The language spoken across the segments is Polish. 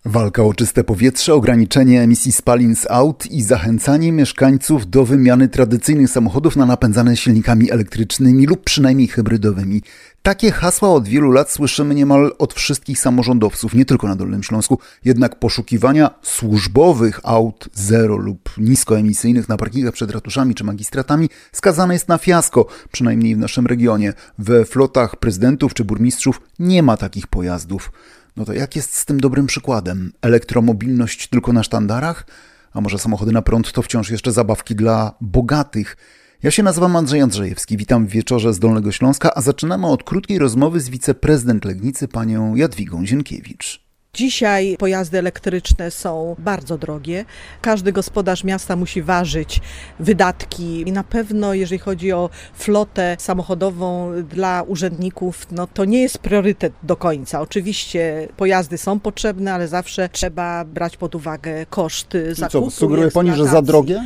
Walka o czyste powietrze, ograniczenie emisji spalin z aut i zachęcanie mieszkańców do wymiany tradycyjnych samochodów na napędzane silnikami elektrycznymi lub przynajmniej hybrydowymi. Takie hasła od wielu lat słyszymy niemal od wszystkich samorządowców, nie tylko na Dolnym Śląsku. Jednak poszukiwania służbowych aut zero lub niskoemisyjnych na parkingach przed ratuszami czy magistratami skazane jest na fiasko, przynajmniej w naszym regionie. We flotach prezydentów czy burmistrzów nie ma takich pojazdów. No to jak jest z tym dobrym przykładem? Elektromobilność tylko na sztandarach? A może samochody na prąd to wciąż jeszcze zabawki dla bogatych? Ja się nazywam Andrzej Andrzejewski, witam w Wieczorze z Dolnego Śląska, a zaczynamy od krótkiej rozmowy z wiceprezydent Legnicy, panią Jadwigą Zienkiewicz. Dzisiaj pojazdy elektryczne są bardzo drogie. Każdy gospodarz miasta musi ważyć wydatki i na pewno jeżeli chodzi o flotę samochodową dla urzędników, no to nie jest priorytet do końca. Oczywiście pojazdy są potrzebne, ale zawsze trzeba brać pod uwagę koszt zakupu. Co, sugeruje pani, że za drogie?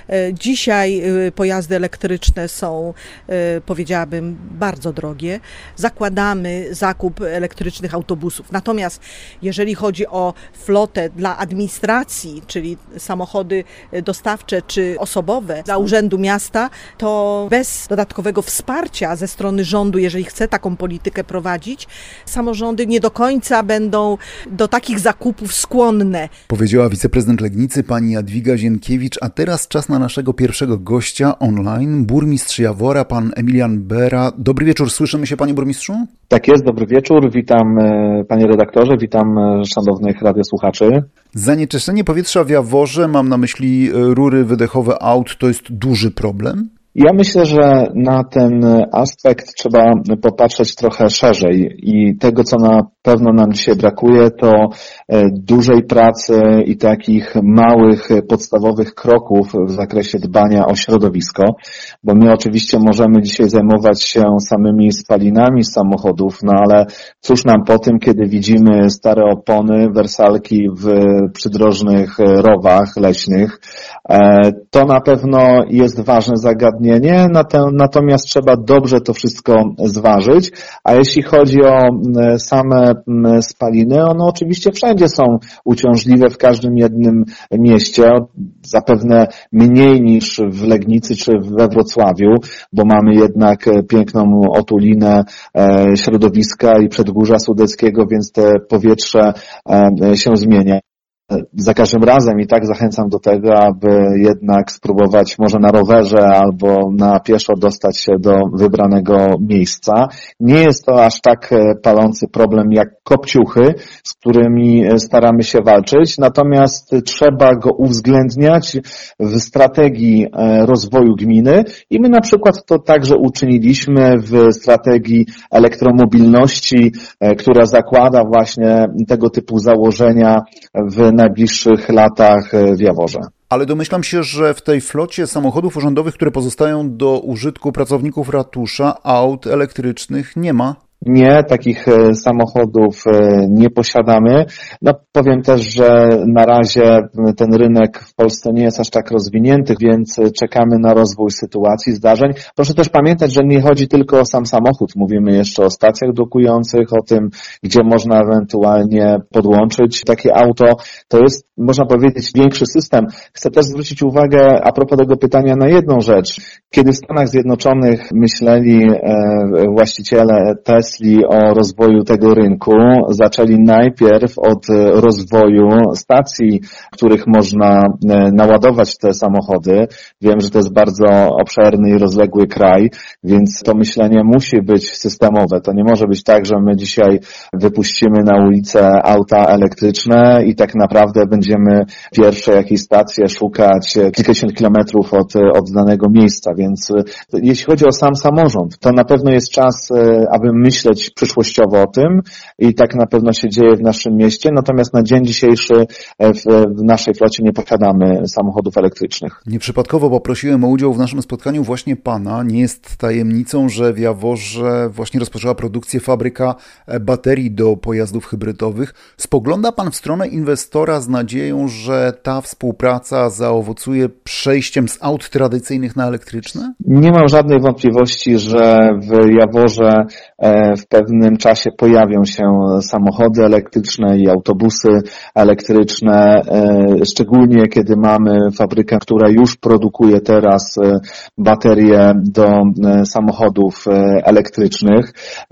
Dzisiaj pojazdy elektryczne są, powiedziałabym, bardzo drogie. Zakładamy zakup elektrycznych autobusów. Natomiast jeżeli chodzi o flotę dla administracji, czyli samochody dostawcze czy osobowe dla Urzędu Miasta, to bez dodatkowego wsparcia ze strony rządu, jeżeli chce taką politykę prowadzić, samorządy nie do końca będą do takich zakupów skłonne. Powiedziała wiceprezydent Legnicy pani Jadwiga Zienkiewicz, a teraz czas na naszego pierwszego gościa online, burmistrz Jawora, pan Emilian Bera. Dobry wieczór, słyszymy się, panie burmistrzu? Tak jest, dobry wieczór, witam panie redaktorze, witam szanownych radiosłuchaczy. Zanieczyszczenie powietrza w Jaworze, mam na myśli rury wydechowe aut, to jest duży problem? Ja myślę, że na ten aspekt trzeba popatrzeć trochę szerzej i tego, co na pewno nam dzisiaj brakuje, to dużej pracy i takich małych, podstawowych kroków w zakresie dbania o środowisko, bo my oczywiście możemy dzisiaj zajmować się samymi spalinami z samochodów, no ale cóż nam po tym, kiedy widzimy stare opony, wersalki w przydrożnych rowach leśnych. To na pewno jest ważne zagadnienie, natomiast trzeba dobrze to wszystko zważyć, a jeśli chodzi o same spaliny, one oczywiście wszędzie są uciążliwe w każdym jednym mieście, zapewne mniej niż w Legnicy czy we Wrocławiu, bo mamy jednak piękną otulinę środowiska i Przedgórza Sudeckiego, więc te powietrze się zmienia. Za każdym razem i tak zachęcam do tego, aby jednak spróbować może na rowerze albo na pieszo dostać się do wybranego miejsca. Nie jest to aż tak palący problem jak kopciuchy, z którymi staramy się walczyć, natomiast trzeba go uwzględniać w strategii rozwoju gminy i my na przykład to także uczyniliśmy w strategii elektromobilności, która zakłada właśnie tego typu założenia w najbliższych latach w Jaworze. Ale domyślam się, że w tej flocie samochodów urzędowych, które pozostają do użytku pracowników ratusza, aut elektrycznych nie ma? Nie, takich samochodów nie posiadamy. No powiem też, że na razie ten rynek w Polsce nie jest aż tak rozwinięty, więc czekamy na rozwój sytuacji, zdarzeń. Proszę też pamiętać, że nie chodzi tylko o sam samochód. Mówimy jeszcze o stacjach dokujących, o tym, gdzie można ewentualnie podłączyć takie auto. To jest, można powiedzieć, większy system. Chcę też zwrócić uwagę a propos tego pytania na jedną rzecz. Kiedy w Stanach Zjednoczonych myśleli właściciele Tesli o rozwoju tego rynku, zaczęli najpierw od rozwoju stacji, w których można naładować te samochody. Wiem, że to jest bardzo obszerny i rozległy kraj, więc to myślenie musi być systemowe. To nie może być tak, że my dzisiaj wypuścimy na ulicę auta elektryczne i tak naprawdę będziemy pierwsze jakieś stacje szukać kilkadziesiąt kilometrów od danego miejsca, więc jeśli chodzi o sam samorząd, to na pewno jest czas, aby myśleć przyszłościowo o tym i tak na pewno się dzieje w naszym mieście, natomiast na dzień dzisiejszy w naszej flocie nie posiadamy samochodów elektrycznych. Nieprzypadkowo poprosiłem o udział w naszym spotkaniu właśnie pana. Nie jest tajemnicą, że w Jaworze właśnie rozpoczęła produkcję fabryka baterii do pojazdów hybrydowych. Spogląda pan w stronę inwestora z nadzieją, że ta współpraca zaowocuje przejściem z aut tradycyjnych na elektryczne? Nie mam żadnej wątpliwości, że w Jaworze w pewnym czasie pojawią się samochody elektryczne i autobusy elektryczne, szczególnie kiedy mamy fabrykę, która już produkuje teraz baterie do samochodów elektrycznych.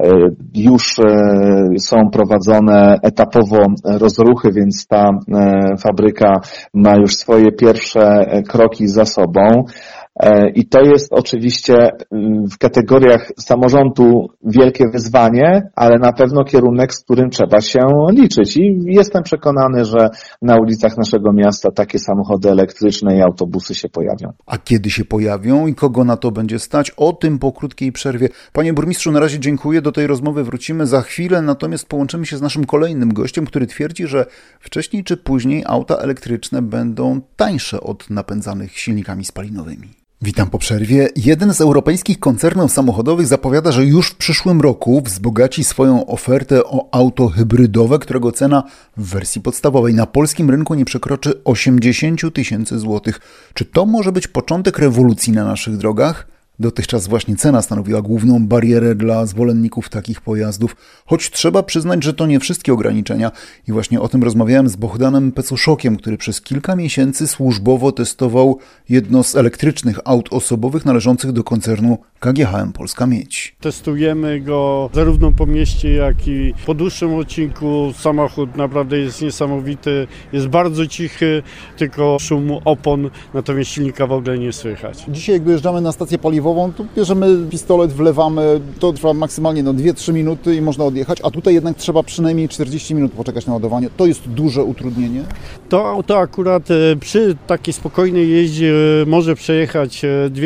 Już są prowadzone etapowo rozruchy, więc ta fabryka ma już swoje pierwsze kroki za sobą. I to jest oczywiście w kategoriach samorządu wielkie wyzwanie, ale na pewno kierunek, z którym trzeba się liczyć. I jestem przekonany, że na ulicach naszego miasta takie samochody elektryczne i autobusy się pojawią. A kiedy się pojawią i kogo na to będzie stać? O tym po krótkiej przerwie. Panie burmistrzu, na razie dziękuję. Do tej rozmowy wrócimy za chwilę, natomiast połączymy się z naszym kolejnym gościem, który twierdzi, że wcześniej czy później auta elektryczne będą tańsze od napędzanych silnikami spalinowymi. Witam po przerwie. Jeden z europejskich koncernów samochodowych zapowiada, że już w przyszłym roku wzbogaci swoją ofertę o auto hybrydowe, którego cena w wersji podstawowej na polskim rynku nie przekroczy 80 000 złotych. Czy to może być początek rewolucji na naszych drogach? Dotychczas właśnie cena stanowiła główną barierę dla zwolenników takich pojazdów, choć trzeba przyznać, że to nie wszystkie ograniczenia. I właśnie o tym rozmawiałem z Bohdanem Pecuszokiem, który przez kilka miesięcy służbowo testował jedno z elektrycznych aut osobowych należących do koncernu KGHM Polska Miedź. Testujemy go zarówno po mieście, jak i po dłuższym odcinku. Samochód naprawdę jest niesamowity, jest bardzo cichy, tylko szum opon, natomiast silnika w ogóle nie słychać. Dzisiaj jak dojeżdżamy na stację paliwową, to bierzemy pistolet, wlewamy, to trwa maksymalnie 2-3 minuty i można odjechać, a tutaj jednak trzeba przynajmniej 40 minut poczekać na ładowanie. To jest duże utrudnienie? To auto akurat przy takiej spokojnej jeździe może przejechać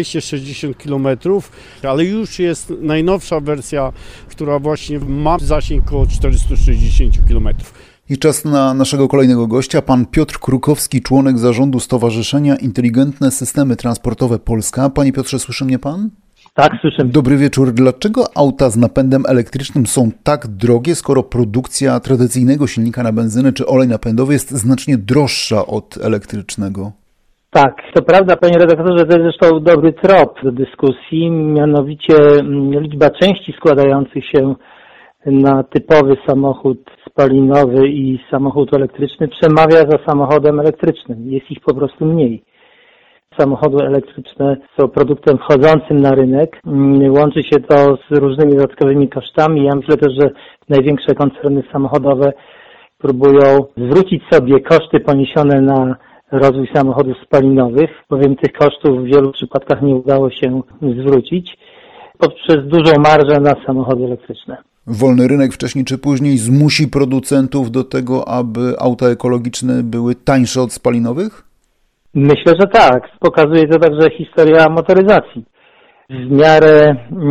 260 km, ale już jest najnowsza wersja, która właśnie ma zasięg około 460 km. I czas na naszego kolejnego gościa, pan Piotr Krukowski, członek zarządu Stowarzyszenia Inteligentne Systemy Transportowe Polska. Panie Piotrze, słyszy mnie pan? Tak, słyszę. Dobry wieczór. Dlaczego auta z napędem elektrycznym są tak drogie, skoro produkcja tradycyjnego silnika na benzynę czy olej napędowy jest znacznie droższa od elektrycznego? Tak, to prawda, panie redaktorze, to jest zresztą dobry trop do dyskusji, mianowicie liczba części składających się na typowy samochód spalinowy i samochód elektryczny przemawia za samochodem elektrycznym. Jest ich po prostu mniej. Samochody elektryczne są produktem wchodzącym na rynek. Łączy się to z różnymi dodatkowymi kosztami. Ja myślę też, że największe koncerny samochodowe próbują zwrócić sobie koszty poniesione na rozwój samochodów spalinowych, bowiem tych kosztów w wielu przypadkach nie udało się zwrócić poprzez dużą marżę na samochody elektryczne. Wolny rynek wcześniej czy później zmusi producentów do tego, aby auta ekologiczne były tańsze od spalinowych? Myślę, że tak. Pokazuje to także historia motoryzacji. W miarę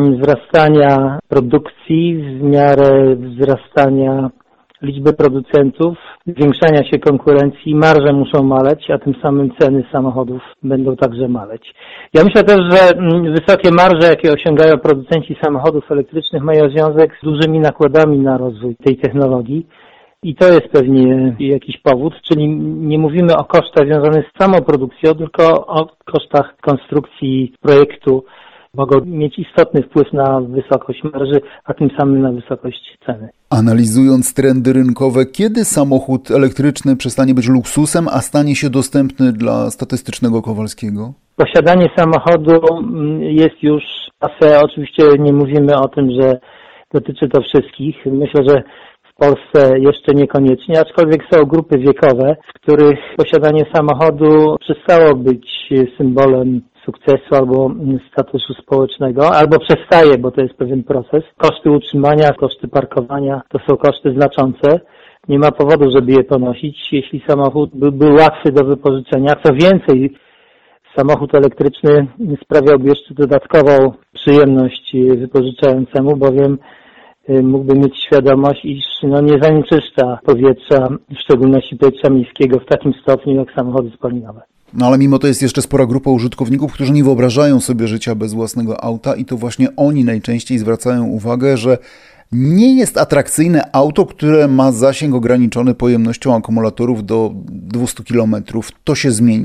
wzrastania produkcji, w miarę wzrastania liczby producentów, zwiększania się konkurencji, marże muszą maleć, a tym samym ceny samochodów będą także maleć. Ja myślę też, że wysokie marże, jakie osiągają producenci samochodów elektrycznych, mają związek z dużymi nakładami na rozwój tej technologii. I to jest pewnie jakiś powód, czyli nie mówimy o kosztach związanych z samą produkcją, tylko o kosztach konstrukcji projektu. Mogą mieć istotny wpływ na wysokość marży, a tym samym na wysokość ceny. Analizując trendy rynkowe, kiedy samochód elektryczny przestanie być luksusem, a stanie się dostępny dla statystycznego Kowalskiego? Posiadanie samochodu jest już passé. Oczywiście nie mówimy o tym, że dotyczy to wszystkich. Myślę, że w Polsce jeszcze niekoniecznie, aczkolwiek są grupy wiekowe, w których posiadanie samochodu przestało być symbolem sukcesu albo statusu społecznego, albo przestaje, bo to jest pewien proces. Koszty utrzymania, koszty parkowania to są koszty znaczące. Nie ma powodu, żeby je ponosić, jeśli samochód był łatwy do wypożyczenia. Co więcej, samochód elektryczny sprawiałby jeszcze dodatkową przyjemność wypożyczającemu, bowiem mógłby mieć świadomość, iż nie zanieczyszcza powietrza, w szczególności powietrza miejskiego w takim stopniu jak samochody spalinowe. No ale mimo to jest jeszcze spora grupa użytkowników, którzy nie wyobrażają sobie życia bez własnego auta i to właśnie oni najczęściej zwracają uwagę, że nie jest atrakcyjne auto, które ma zasięg ograniczony pojemnością akumulatorów do 200 km. To się zmieni?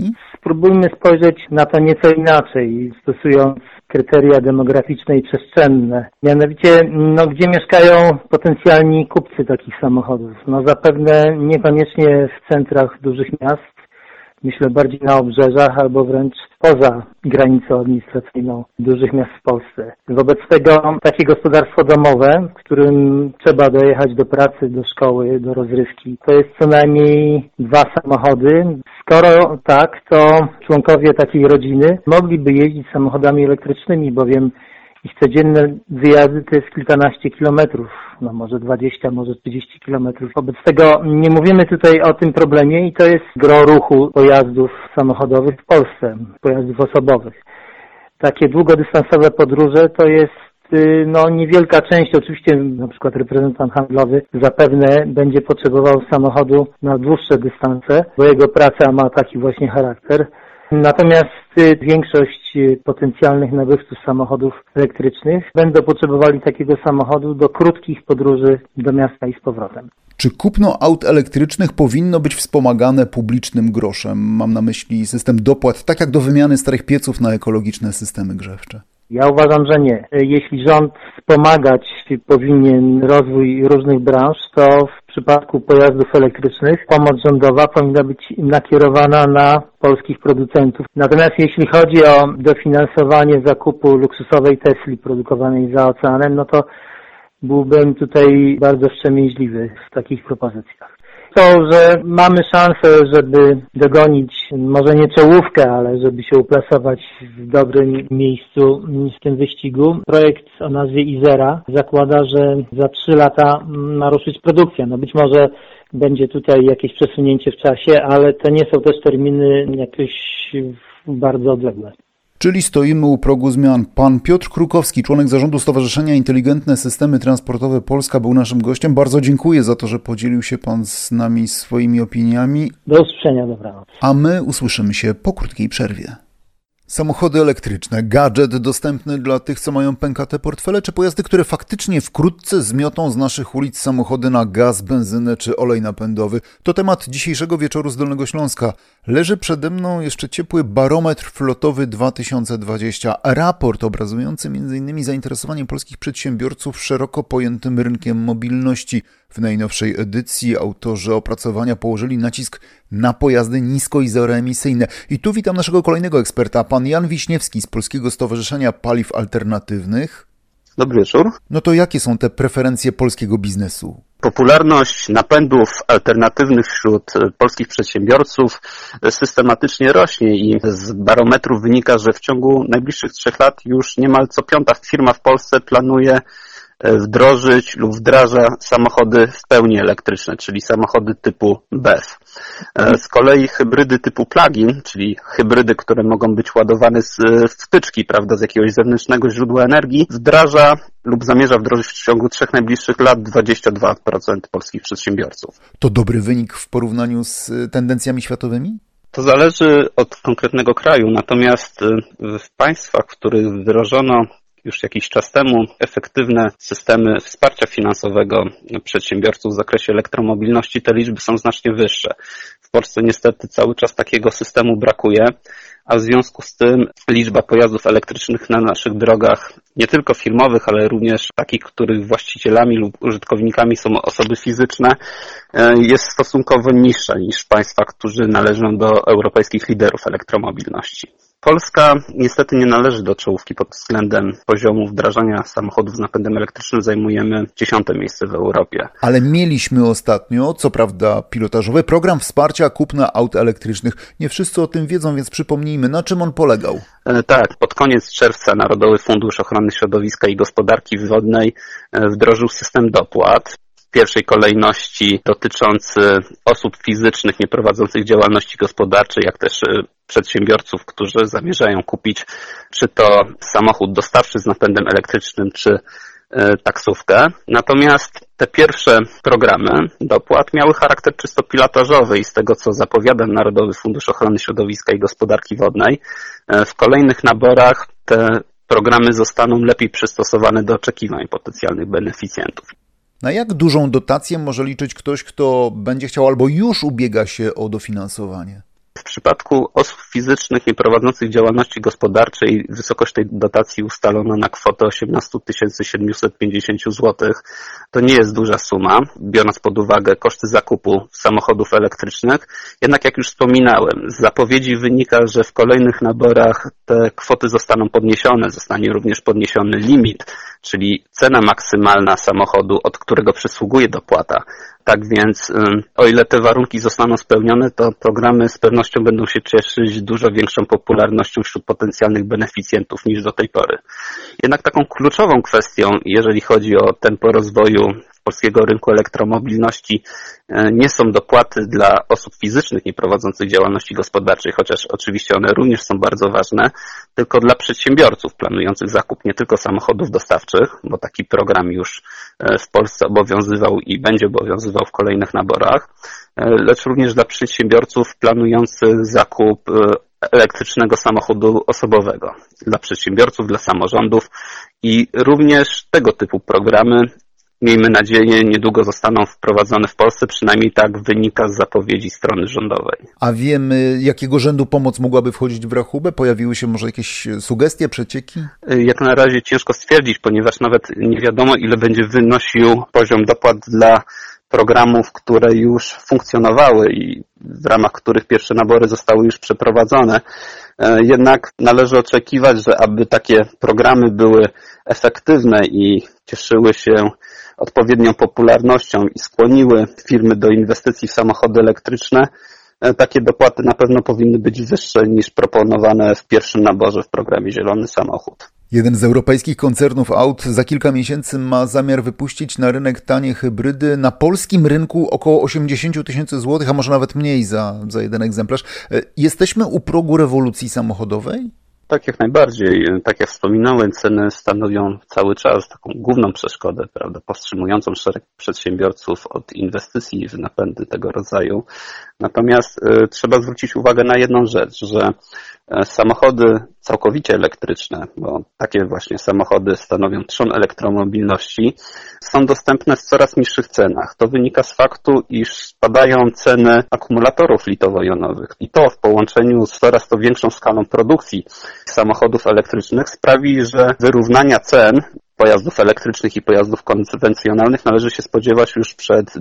spróbujmy spojrzeć na to nieco inaczej, stosując kryteria demograficzne i przestrzenne. Mianowicie, gdzie mieszkają potencjalni kupcy takich samochodów? Zapewne niekoniecznie w centrach dużych miast, myślę bardziej na obrzeżach albo wręcz poza granicą administracyjną dużych miast w Polsce. Wobec tego takie gospodarstwo domowe, w którym trzeba dojechać do pracy, do szkoły, do rozrywki, to jest co najmniej 2 samochody. Skoro tak, to członkowie takiej rodziny mogliby jeździć samochodami elektrycznymi, bowiem ich codzienne wyjazdy to jest kilkanaście kilometrów, może 20, może 30 kilometrów. Wobec tego nie mówimy tutaj o tym problemie i to jest gros ruchu pojazdów samochodowych w Polsce, pojazdów osobowych. Takie długodystansowe podróże to jest niewielka część. Oczywiście na przykład reprezentant handlowy zapewne będzie potrzebował samochodu na dłuższe dystanse, bo jego praca ma taki właśnie charakter. Natomiast większość potencjalnych nabywców samochodów elektrycznych będą potrzebowali takiego samochodu do krótkich podróży do miasta i z powrotem. Czy kupno aut elektrycznych powinno być wspomagane publicznym groszem? Mam na myśli system dopłat, tak jak do wymiany starych pieców na ekologiczne systemy grzewcze. Ja uważam, że nie. Jeśli rząd wspomagać powinien rozwój różnych branż, to w przypadku pojazdów elektrycznych pomoc rządowa powinna być nakierowana na polskich producentów. Natomiast jeśli chodzi o dofinansowanie zakupu luksusowej Tesli produkowanej za oceanem, to byłbym tutaj bardzo wstrzemięźliwy w takich propozycjach. To, że mamy szansę, żeby dogonić, może nie czołówkę, ale żeby się uplasować w dobrym miejscu w tym wyścigu. Projekt o nazwie Izera zakłada, że za 3 lata ma ruszyć produkcja. Być może będzie tutaj jakieś przesunięcie w czasie, ale to nie są też terminy jakieś bardzo odległe. Czyli stoimy u progu zmian. Pan Piotr Krukowski, członek zarządu Stowarzyszenia Inteligentne Systemy Transportowe Polska, był naszym gościem. Bardzo dziękuję za to, że podzielił się pan z nami swoimi opiniami. Do usłyszenia, dobranoc. A my usłyszymy się po krótkiej przerwie. Samochody elektryczne, gadżet dostępny dla tych, co mają pękate portfele, czy pojazdy, które faktycznie wkrótce zmiotą z naszych ulic samochody na gaz, benzynę czy olej napędowy? To temat dzisiejszego wieczoru z Dolnego Śląska. Leży przede mną jeszcze ciepły barometr flotowy 2020, raport obrazujący m.in. zainteresowanie polskich przedsiębiorców szeroko pojętym rynkiem mobilności. W najnowszej edycji autorzy opracowania położyli nacisk na pojazdy nisko- i zeroemisyjne. I tu witam naszego kolejnego eksperta, pan Jan Wiśniewski z Polskiego Stowarzyszenia Paliw Alternatywnych. Dobry wieczór. No to jakie są te preferencje polskiego biznesu? Popularność napędów alternatywnych wśród polskich przedsiębiorców systematycznie rośnie i z barometru wynika, że w ciągu najbliższych 3 lat już niemal co 5. firma w Polsce planuje wdrożyć lub wdraża samochody w pełni elektryczne, czyli samochody typu BEV. Z kolei hybrydy typu plug-in, czyli hybrydy, które mogą być ładowane z wtyczki, z jakiegoś zewnętrznego źródła energii, wdraża lub zamierza wdrożyć w ciągu 3 najbliższych lat 22% polskich przedsiębiorców. To dobry wynik w porównaniu z tendencjami światowymi? To zależy od konkretnego kraju, natomiast w państwach, w których wdrożono już jakiś czas temu efektywne systemy wsparcia finansowego przedsiębiorców w zakresie elektromobilności, te liczby są znacznie wyższe. W Polsce niestety cały czas takiego systemu brakuje, a w związku z tym liczba pojazdów elektrycznych na naszych drogach, nie tylko firmowych, ale również takich, których właścicielami lub użytkownikami są osoby fizyczne, jest stosunkowo niższa niż w państwach, którzy należą do europejskich liderów elektromobilności. Polska niestety nie należy do czołówki pod względem poziomu wdrażania samochodów z napędem elektrycznym. Zajmujemy 10. miejsce w Europie. Ale mieliśmy ostatnio, co prawda pilotażowy, program wsparcia kupna aut elektrycznych. Nie wszyscy o tym wiedzą, więc przypomnijmy, na czym on polegał. Tak, pod koniec czerwca Narodowy Fundusz Ochrony Środowiska i Gospodarki Wodnej wdrożył system dopłat. W pierwszej kolejności dotyczący osób fizycznych nieprowadzących działalności gospodarczej, jak też przedsiębiorców, którzy zamierzają kupić czy to samochód dostawczy z napędem elektrycznym, czy taksówkę. Natomiast te pierwsze programy dopłat miały charakter czysto pilotażowy i z tego, co zapowiada Narodowy Fundusz Ochrony Środowiska i Gospodarki Wodnej, w kolejnych naborach te programy zostaną lepiej przystosowane do oczekiwań potencjalnych beneficjentów. Na jak dużą dotację może liczyć ktoś, kto będzie chciał albo już ubiega się o dofinansowanie? W przypadku osób fizycznych nieprowadzących działalności gospodarczej wysokość tej dotacji ustalono na kwotę 18 750 zł. To nie jest duża suma, biorąc pod uwagę koszty zakupu samochodów elektrycznych. Jednak jak już wspominałem, z zapowiedzi wynika, że w kolejnych naborach te kwoty zostaną podniesione. Zostanie również podniesiony limit, czyli cena maksymalna samochodu, od którego przysługuje dopłata. Tak więc o ile te warunki zostaną spełnione, to programy z pewnością będą się cieszyć dużo większą popularnością wśród potencjalnych beneficjentów niż do tej pory. Jednak taką kluczową kwestią, jeżeli chodzi o tempo rozwoju polskiego rynku elektromobilności, nie są dopłaty dla osób fizycznych nieprowadzących działalności gospodarczej, chociaż oczywiście one również są bardzo ważne, tylko dla przedsiębiorców planujących zakup nie tylko samochodów dostawczych, bo taki program już w Polsce obowiązywał i będzie obowiązywał w kolejnych naborach, lecz również dla przedsiębiorców planujących zakup elektrycznego samochodu osobowego. Dla przedsiębiorców, dla samorządów i również tego typu programy, miejmy nadzieję, niedługo zostaną wprowadzone w Polsce, przynajmniej tak wynika z zapowiedzi strony rządowej. A wiemy, jakiego rzędu pomoc mogłaby wchodzić w rachubę? Pojawiły się może jakieś sugestie, przecieki? Jak na razie ciężko stwierdzić, ponieważ nawet nie wiadomo, ile będzie wynosił poziom dopłat dla programów, które już funkcjonowały i w ramach których pierwsze nabory zostały już przeprowadzone. Jednak należy oczekiwać, że aby takie programy były efektywne i cieszyły się odpowiednią popularnością i skłoniły firmy do inwestycji w samochody elektryczne, takie dopłaty na pewno powinny być wyższe niż proponowane w pierwszym naborze w programie Zielony Samochód. Jeden z europejskich koncernów aut za kilka miesięcy ma zamiar wypuścić na rynek tanie hybrydy. Na polskim rynku około 80 000 złotych, a może nawet mniej za jeden egzemplarz. Jesteśmy u progu rewolucji samochodowej? Tak, jak najbardziej. Tak jak wspominałem, ceny stanowią cały czas taką główną przeszkodę, prawda, powstrzymującą szereg przedsiębiorców od inwestycji w napędy tego rodzaju. Natomiast trzeba zwrócić uwagę na jedną rzecz, że samochody całkowicie elektryczne, bo takie właśnie samochody stanowią trzon elektromobilności, są dostępne w coraz niższych cenach. To wynika z faktu, iż spadają ceny akumulatorów litowo-jonowych i to w połączeniu z coraz to większą skalą produkcji samochodów elektrycznych sprawi, że wyrównania cen pojazdów elektrycznych i pojazdów konwencjonalnych należy się spodziewać już przed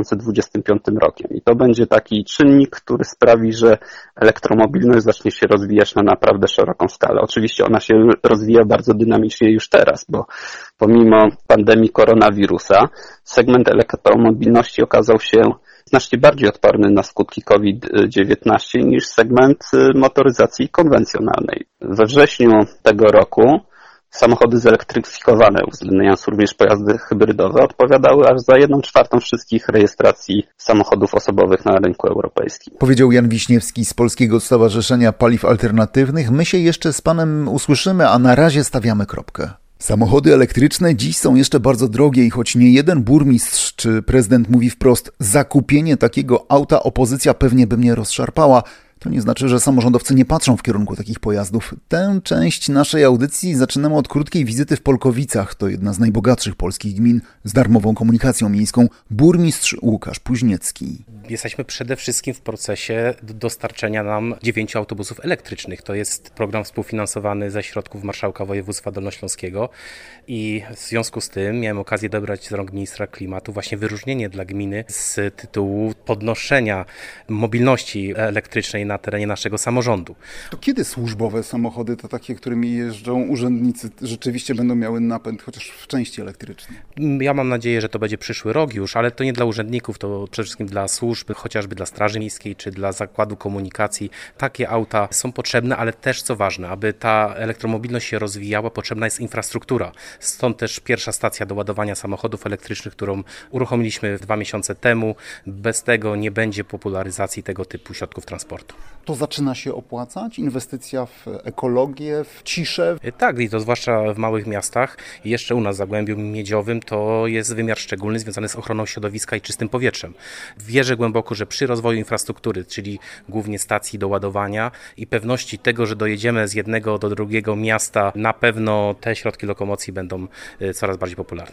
2025 rokiem. I to będzie taki czynnik, który sprawi, że elektromobilność zacznie się rozwijać na naprawdę szeroką skalę. Oczywiście ona się rozwija bardzo dynamicznie już teraz, bo pomimo pandemii koronawirusa segment elektromobilności okazał się znacznie bardziej odporny na skutki COVID-19 niż segment motoryzacji konwencjonalnej. We wrześniu tego roku samochody zelektryfikowane, uwzględniając również pojazdy hybrydowe, odpowiadały aż za 1/4 wszystkich rejestracji samochodów osobowych na rynku europejskim. Powiedział Jan Wiśniewski z Polskiego Stowarzyszenia Paliw Alternatywnych. My się jeszcze z panem usłyszymy, a na razie stawiamy kropkę. Samochody elektryczne dziś są jeszcze bardzo drogie i choć nie jeden burmistrz czy prezydent mówi wprost, zakupienie takiego auta opozycja pewnie by mnie rozszarpała, to nie znaczy, że samorządowcy nie patrzą w kierunku takich pojazdów. Tę część naszej audycji zaczynamy od krótkiej wizyty w Polkowicach. To jedna z najbogatszych polskich gmin z darmową komunikacją miejską. Burmistrz Łukasz Puźniecki. Jesteśmy przede wszystkim w procesie dostarczenia nam 9 autobusów elektrycznych. To jest program współfinansowany ze środków Marszałka Województwa Dolnośląskiego i w związku z tym miałem okazję dobrać z rąk ministra klimatu właśnie wyróżnienie dla gminy z tytułu podnoszenia mobilności elektrycznej na terenie naszego samorządu. To kiedy służbowe samochody, to takie, którymi jeżdżą urzędnicy, rzeczywiście będą miały napęd, chociaż w części elektrycznej? Ja mam nadzieję, że to będzie przyszły rok już, ale to nie dla urzędników, to przede wszystkim dla służb, chociażby dla Straży Miejskiej czy dla Zakładu Komunikacji. Takie auta są potrzebne, ale też co ważne, aby ta elektromobilność się rozwijała, potrzebna jest infrastruktura. Stąd też pierwsza stacja do ładowania samochodów elektrycznych, którą uruchomiliśmy 2 miesiące temu. Bez tego nie będzie popularyzacji tego typu środków transportu. To zaczyna się opłacać? Inwestycja w ekologię, w ciszę? Tak, i to zwłaszcza w małych miastach. Jeszcze u nas w Zagłębiu Miedziowym to jest wymiar szczególny związany z ochroną środowiska i czystym powietrzem. Wierzę głęboko, że przy rozwoju infrastruktury, czyli głównie stacji do ładowania i pewności tego, że dojedziemy z jednego do drugiego miasta, na pewno te środki lokomocji będą coraz bardziej popularne.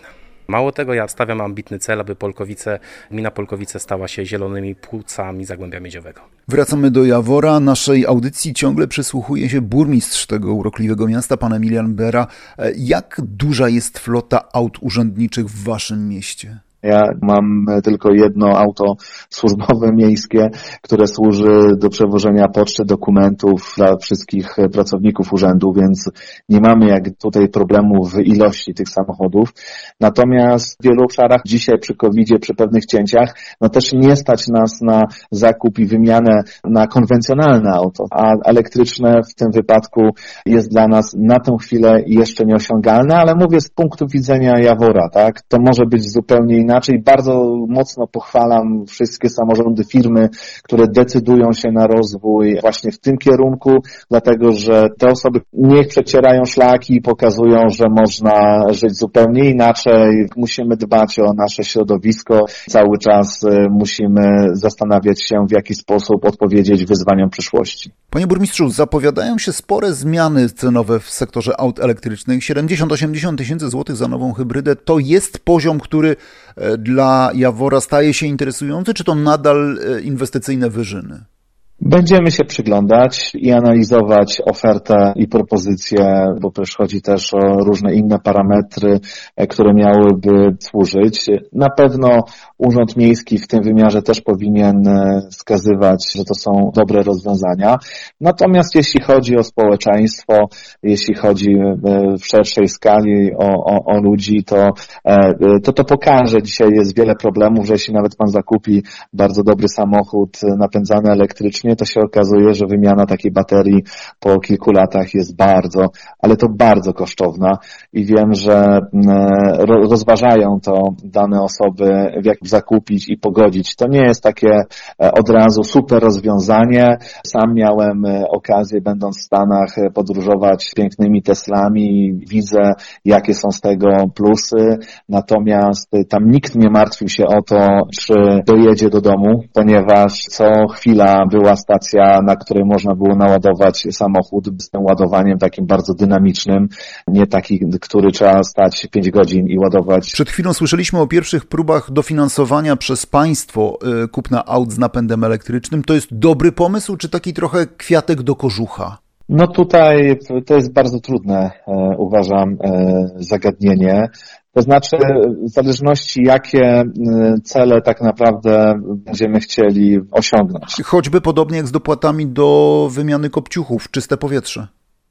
Mało tego, ja stawiam ambitny cel, aby gmina Polkowice stała się zielonymi płucami Zagłębia Miedziowego. Wracamy do Jawora. Naszej audycji ciągle przysłuchuje się burmistrz tego urokliwego miasta, pan Emilian Bera. Jak duża jest flota aut urzędniczych w waszym mieście? Ja mam tylko jedno auto służbowe miejskie, które służy do przewożenia poczty, dokumentów dla wszystkich pracowników urzędu, więc nie mamy jak tutaj problemu w ilości tych samochodów. Natomiast w wielu obszarach dzisiaj przy COVID-zie, przy pewnych cięciach, też nie stać nas na zakup i wymianę na konwencjonalne auto, a elektryczne w tym wypadku jest dla nas na tę chwilę jeszcze nieosiągalne, ale mówię z punktu widzenia Jawora, tak? To może być zupełnie inaczej. Bardzo mocno pochwalam wszystkie samorządy, firmy, które decydują się na rozwój właśnie w tym kierunku, dlatego że te osoby niech przecierają szlaki i pokazują, że można żyć zupełnie inaczej. Musimy dbać o nasze środowisko. Cały czas musimy zastanawiać się, w jaki sposób odpowiedzieć wyzwaniom przyszłości. Panie burmistrzu, zapowiadają się spore zmiany cenowe w sektorze aut elektrycznych. 70-80 tysięcy złotych za nową hybrydę to jest poziom, który dla Jawora staje się interesujący, czy to nadal inwestycyjne wyżyny? Będziemy się przyglądać i analizować ofertę i propozycje, bo też chodzi też o różne inne parametry, które miałyby służyć. Na pewno Urząd Miejski w tym wymiarze też powinien wskazywać, że to są dobre rozwiązania. Natomiast jeśli chodzi o społeczeństwo, jeśli chodzi w szerszej skali o ludzi, to pokaże. Dzisiaj jest wiele problemów, że jeśli nawet pan zakupi bardzo dobry samochód napędzany elektrycznie, to się okazuje, że wymiana takiej baterii po kilku latach jest ale to bardzo kosztowna i wiem, że rozważają to dane osoby, jak zakupić i pogodzić. To nie jest takie od razu super rozwiązanie. Sam miałem okazję, będąc w Stanach, podróżować pięknymi Teslami i widzę, jakie są z tego plusy, natomiast tam nikt nie martwił się o to, czy dojedzie do domu, ponieważ co chwila była stacja, na której można było naładować samochód z tym ładowaniem takim bardzo dynamicznym, nie taki, który trzeba stać 5 godzin i ładować. Przed chwilą słyszeliśmy o pierwszych próbach dofinansowania przez państwo kupna aut z napędem elektrycznym. To jest dobry pomysł, czy taki trochę kwiatek do kożucha? No tutaj to jest bardzo trudne, uważam, zagadnienie. To znaczy, w zależności jakie cele tak naprawdę będziemy chcieli osiągnąć. Choćby podobnie jak z dopłatami do wymiany kopciuchów, czyste powietrze.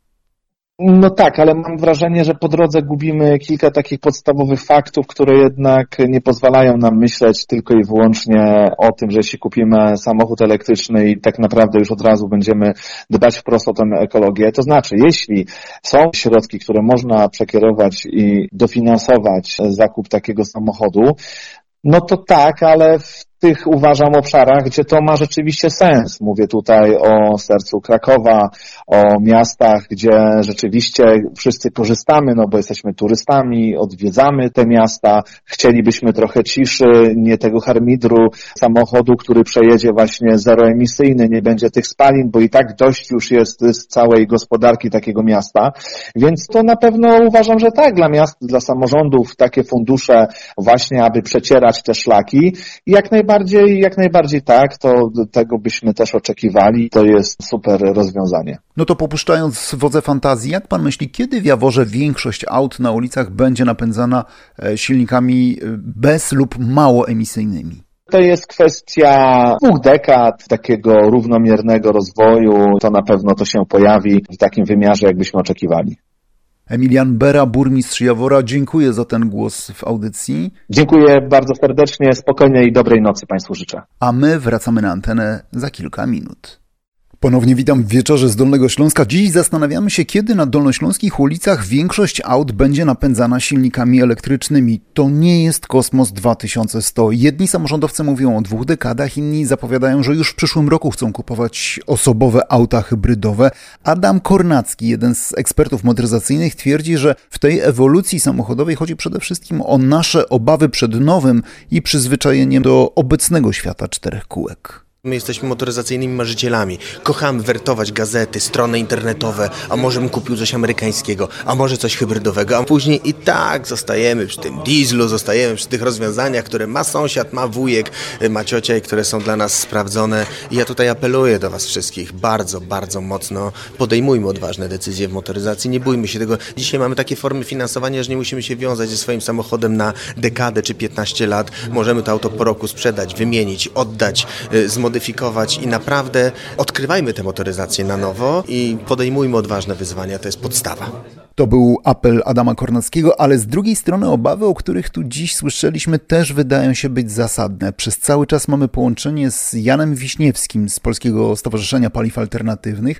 No tak, ale mam wrażenie, że po drodze gubimy kilka takich podstawowych faktów, które jednak nie pozwalają nam myśleć tylko i wyłącznie o tym, że jeśli kupimy samochód elektryczny i tak naprawdę już od razu będziemy dbać wprost o tę ekologię. To znaczy, jeśli są środki, które można przekierować i dofinansować zakup takiego samochodu, no to tak, ale w tych, uważam, obszarach, gdzie to ma rzeczywiście sens. Mówię tutaj o sercu Krakowa, o miastach, gdzie rzeczywiście wszyscy korzystamy, no bo jesteśmy turystami, odwiedzamy te miasta, chcielibyśmy trochę ciszy, nie tego harmidru samochodu, który przejedzie właśnie zeroemisyjny, nie będzie tych spalin, bo i tak dość już jest z całej gospodarki takiego miasta. Więc to na pewno uważam, że tak, dla miast, dla samorządów takie fundusze właśnie, aby przecierać te szlaki i jak najbardziej tak, to tego byśmy też oczekiwali. To jest super rozwiązanie. No to popuszczając wodze fantazji, jak pan myśli, kiedy w Jaworze większość aut na ulicach będzie napędzana silnikami bez lub mało emisyjnymi? To jest kwestia 2 dekad takiego równomiernego rozwoju. To na pewno to się pojawi w takim wymiarze, jakbyśmy oczekiwali. Emilian Bera, burmistrz Jawora, dziękuję za ten głos w audycji. Dziękuję bardzo serdecznie, spokojnej i dobrej nocy Państwu życzę. A my wracamy na antenę za kilka minut. Ponownie witam w Wieczorze z Dolnego Śląska. Dziś zastanawiamy się, kiedy na dolnośląskich ulicach większość aut będzie napędzana silnikami elektrycznymi. To nie jest Kosmos 2100. Jedni samorządowcy mówią o 2 dekadach, inni zapowiadają, że już w przyszłym roku chcą kupować osobowe auta hybrydowe. Adam Kornacki, jeden z ekspertów motoryzacyjnych, twierdzi, że w tej ewolucji samochodowej chodzi przede wszystkim o nasze obawy przed nowym i przyzwyczajeniem do obecnego świata 4 kółek. My jesteśmy motoryzacyjnymi marzycielami. Kochamy wertować gazety, strony internetowe, a może bym kupił coś amerykańskiego, a może coś hybrydowego, a później i tak zostajemy przy tym dieslu, zostajemy przy tych rozwiązaniach, które ma sąsiad, ma wujek, ma ciocia i które są dla nas sprawdzone. I ja tutaj apeluję do Was wszystkich bardzo, bardzo mocno. Podejmujmy odważne decyzje w motoryzacji, nie bójmy się tego. Dzisiaj mamy takie formy finansowania, że nie musimy się wiązać ze swoim samochodem na dekadę czy 15 lat. Możemy to auto po roku sprzedać, wymienić, oddać, zmodyfikować i naprawdę odkrywajmy tę motoryzację na nowo i podejmujmy odważne wyzwania, to jest podstawa. To był apel Adama Kornackiego, ale z drugiej strony obawy, o których tu dziś słyszeliśmy, też wydają się być zasadne. Przez cały czas mamy połączenie z Janem Wiśniewskim z Polskiego Stowarzyszenia Paliw Alternatywnych.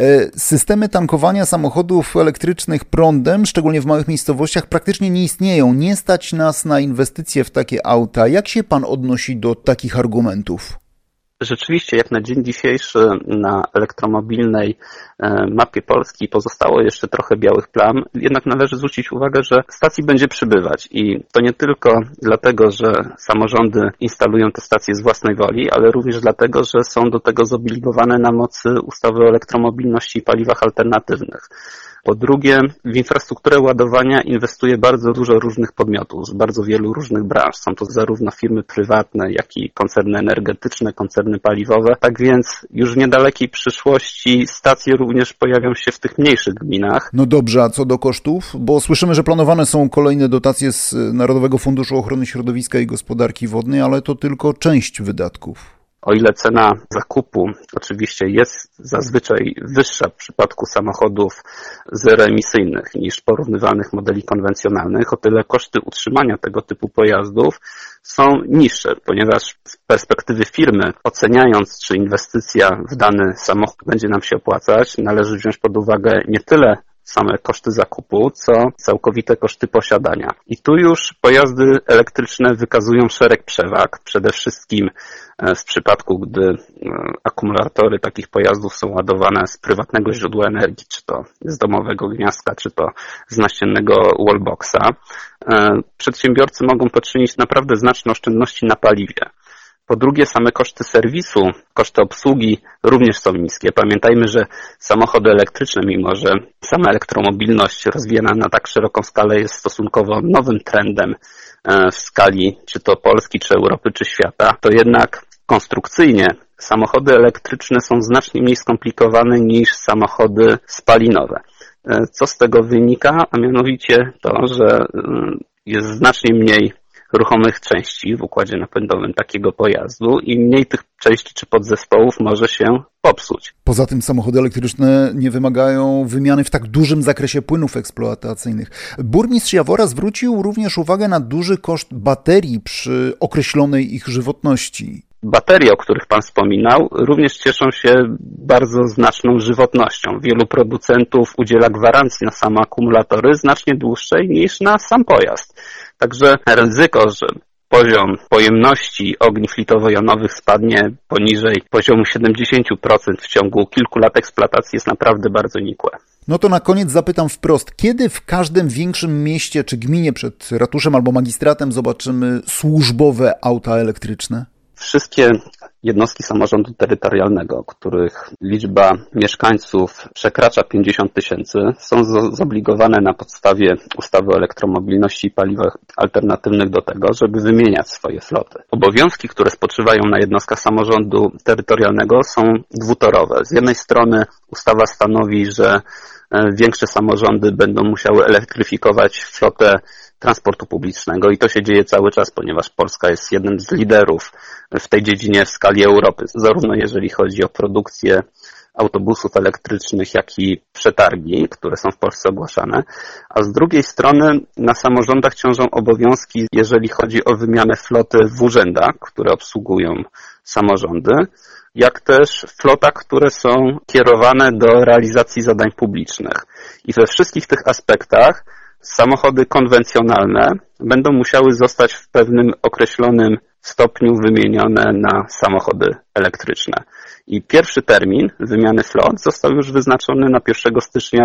Systemy tankowania samochodów elektrycznych prądem, szczególnie w małych miejscowościach, praktycznie nie istnieją. Nie stać nas na inwestycje w takie auta. Jak się pan odnosi do takich argumentów? Rzeczywiście, jak na dzień dzisiejszy na elektromobilnej mapie Polski pozostało jeszcze trochę białych plam, jednak należy zwrócić uwagę, że stacji będzie przybywać i to nie tylko dlatego, że samorządy instalują te stacje z własnej woli, ale również dlatego, że są do tego zobligowane na mocy ustawy o elektromobilności i paliwach alternatywnych. Po drugie, w infrastrukturę ładowania inwestuje bardzo dużo różnych podmiotów z bardzo wielu różnych branż. Są to zarówno firmy prywatne, jak i koncerny energetyczne, koncerny paliwowe. Tak więc już w niedalekiej przyszłości stacje również pojawią się w tych mniejszych gminach. No dobrze, a co do kosztów? Bo słyszymy, że planowane są kolejne dotacje z Narodowego Funduszu Ochrony Środowiska i Gospodarki Wodnej, ale to tylko część wydatków. O ile cena zakupu oczywiście jest zazwyczaj wyższa w przypadku samochodów zeroemisyjnych niż porównywalnych modeli konwencjonalnych, o tyle koszty utrzymania tego typu pojazdów są niższe, ponieważ z perspektywy firmy, oceniając, czy inwestycja w dany samochód będzie nam się opłacać, należy wziąć pod uwagę nie tyle same koszty zakupu, co całkowite koszty posiadania. I tu już pojazdy elektryczne wykazują szereg przewag, przede wszystkim w przypadku, gdy akumulatory takich pojazdów są ładowane z prywatnego źródła energii, czy to z domowego gniazdka, czy to z naściennego wallboxa, przedsiębiorcy mogą poczynić naprawdę znaczne oszczędności na paliwie. Po drugie, same koszty serwisu, koszty obsługi również są niskie. Pamiętajmy, że samochody elektryczne, mimo że sama elektromobilność rozwijana na tak szeroką skalę jest stosunkowo nowym trendem w skali czy to Polski, czy Europy, czy świata, to jednak konstrukcyjnie samochody elektryczne są znacznie mniej skomplikowane niż samochody spalinowe. Co z tego wynika? A mianowicie to, że jest znacznie mniej ruchomych części w układzie napędowym takiego pojazdu i mniej tych części czy podzespołów może się popsuć. Poza tym samochody elektryczne nie wymagają wymiany w tak dużym zakresie płynów eksploatacyjnych. Burmistrz Jawora zwrócił również uwagę na duży koszt baterii przy określonej ich żywotności. Baterie, o których Pan wspominał, również cieszą się bardzo znaczną żywotnością. Wielu producentów udziela gwarancji na same akumulatory znacznie dłuższej niż na sam pojazd. Także ryzyko, że poziom pojemności ogniw litowo-jonowych spadnie poniżej poziomu 70% w ciągu kilku lat eksploatacji jest naprawdę bardzo nikłe. No to na koniec zapytam wprost, kiedy w każdym większym mieście czy gminie przed ratuszem albo magistratem zobaczymy służbowe auta elektryczne? Wszystkie jednostki samorządu terytorialnego, których liczba mieszkańców przekracza 50 000, są zobligowane na podstawie ustawy o elektromobilności i paliwach alternatywnych do tego, żeby wymieniać swoje floty. Obowiązki, które spoczywają na jednostkach samorządu terytorialnego, są dwutorowe. Z jednej strony ustawa stanowi, że większe samorządy będą musiały elektryfikować flotę transportu publicznego i to się dzieje cały czas, ponieważ Polska jest jednym z liderów w tej dziedzinie w skali Europy, zarówno jeżeli chodzi o produkcję autobusów elektrycznych, jak i przetargi, które są w Polsce ogłaszane, a z drugiej strony na samorządach ciążą obowiązki, jeżeli chodzi o wymianę floty w urzędach, które obsługują samorządy, jak też flotach, które są kierowane do realizacji zadań publicznych. I we wszystkich tych aspektach samochody konwencjonalne będą musiały zostać w pewnym określonym stopniu wymienione na samochody elektryczne. I pierwszy termin wymiany flot został już wyznaczony na 1 stycznia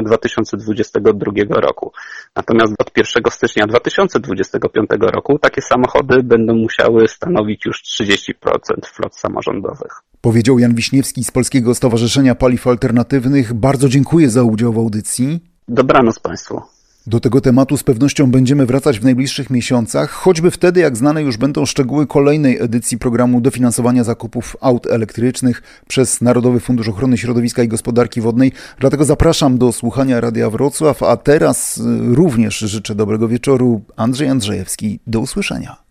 2022 roku. Natomiast od 1 stycznia 2025 roku takie samochody będą musiały stanowić już 30% flot samorządowych. Powiedział Jan Wiśniewski z Polskiego Stowarzyszenia Paliw Alternatywnych. Bardzo dziękuję za udział w audycji. Dobranoc Państwu. Do tego tematu z pewnością będziemy wracać w najbliższych miesiącach, choćby wtedy, jak znane już będą szczegóły kolejnej edycji programu dofinansowania zakupów aut elektrycznych przez Narodowy Fundusz Ochrony Środowiska i Gospodarki Wodnej. Dlatego zapraszam do słuchania Radia Wrocław, a teraz również życzę dobrego wieczoru. Andrzej Andrzejewski, do usłyszenia.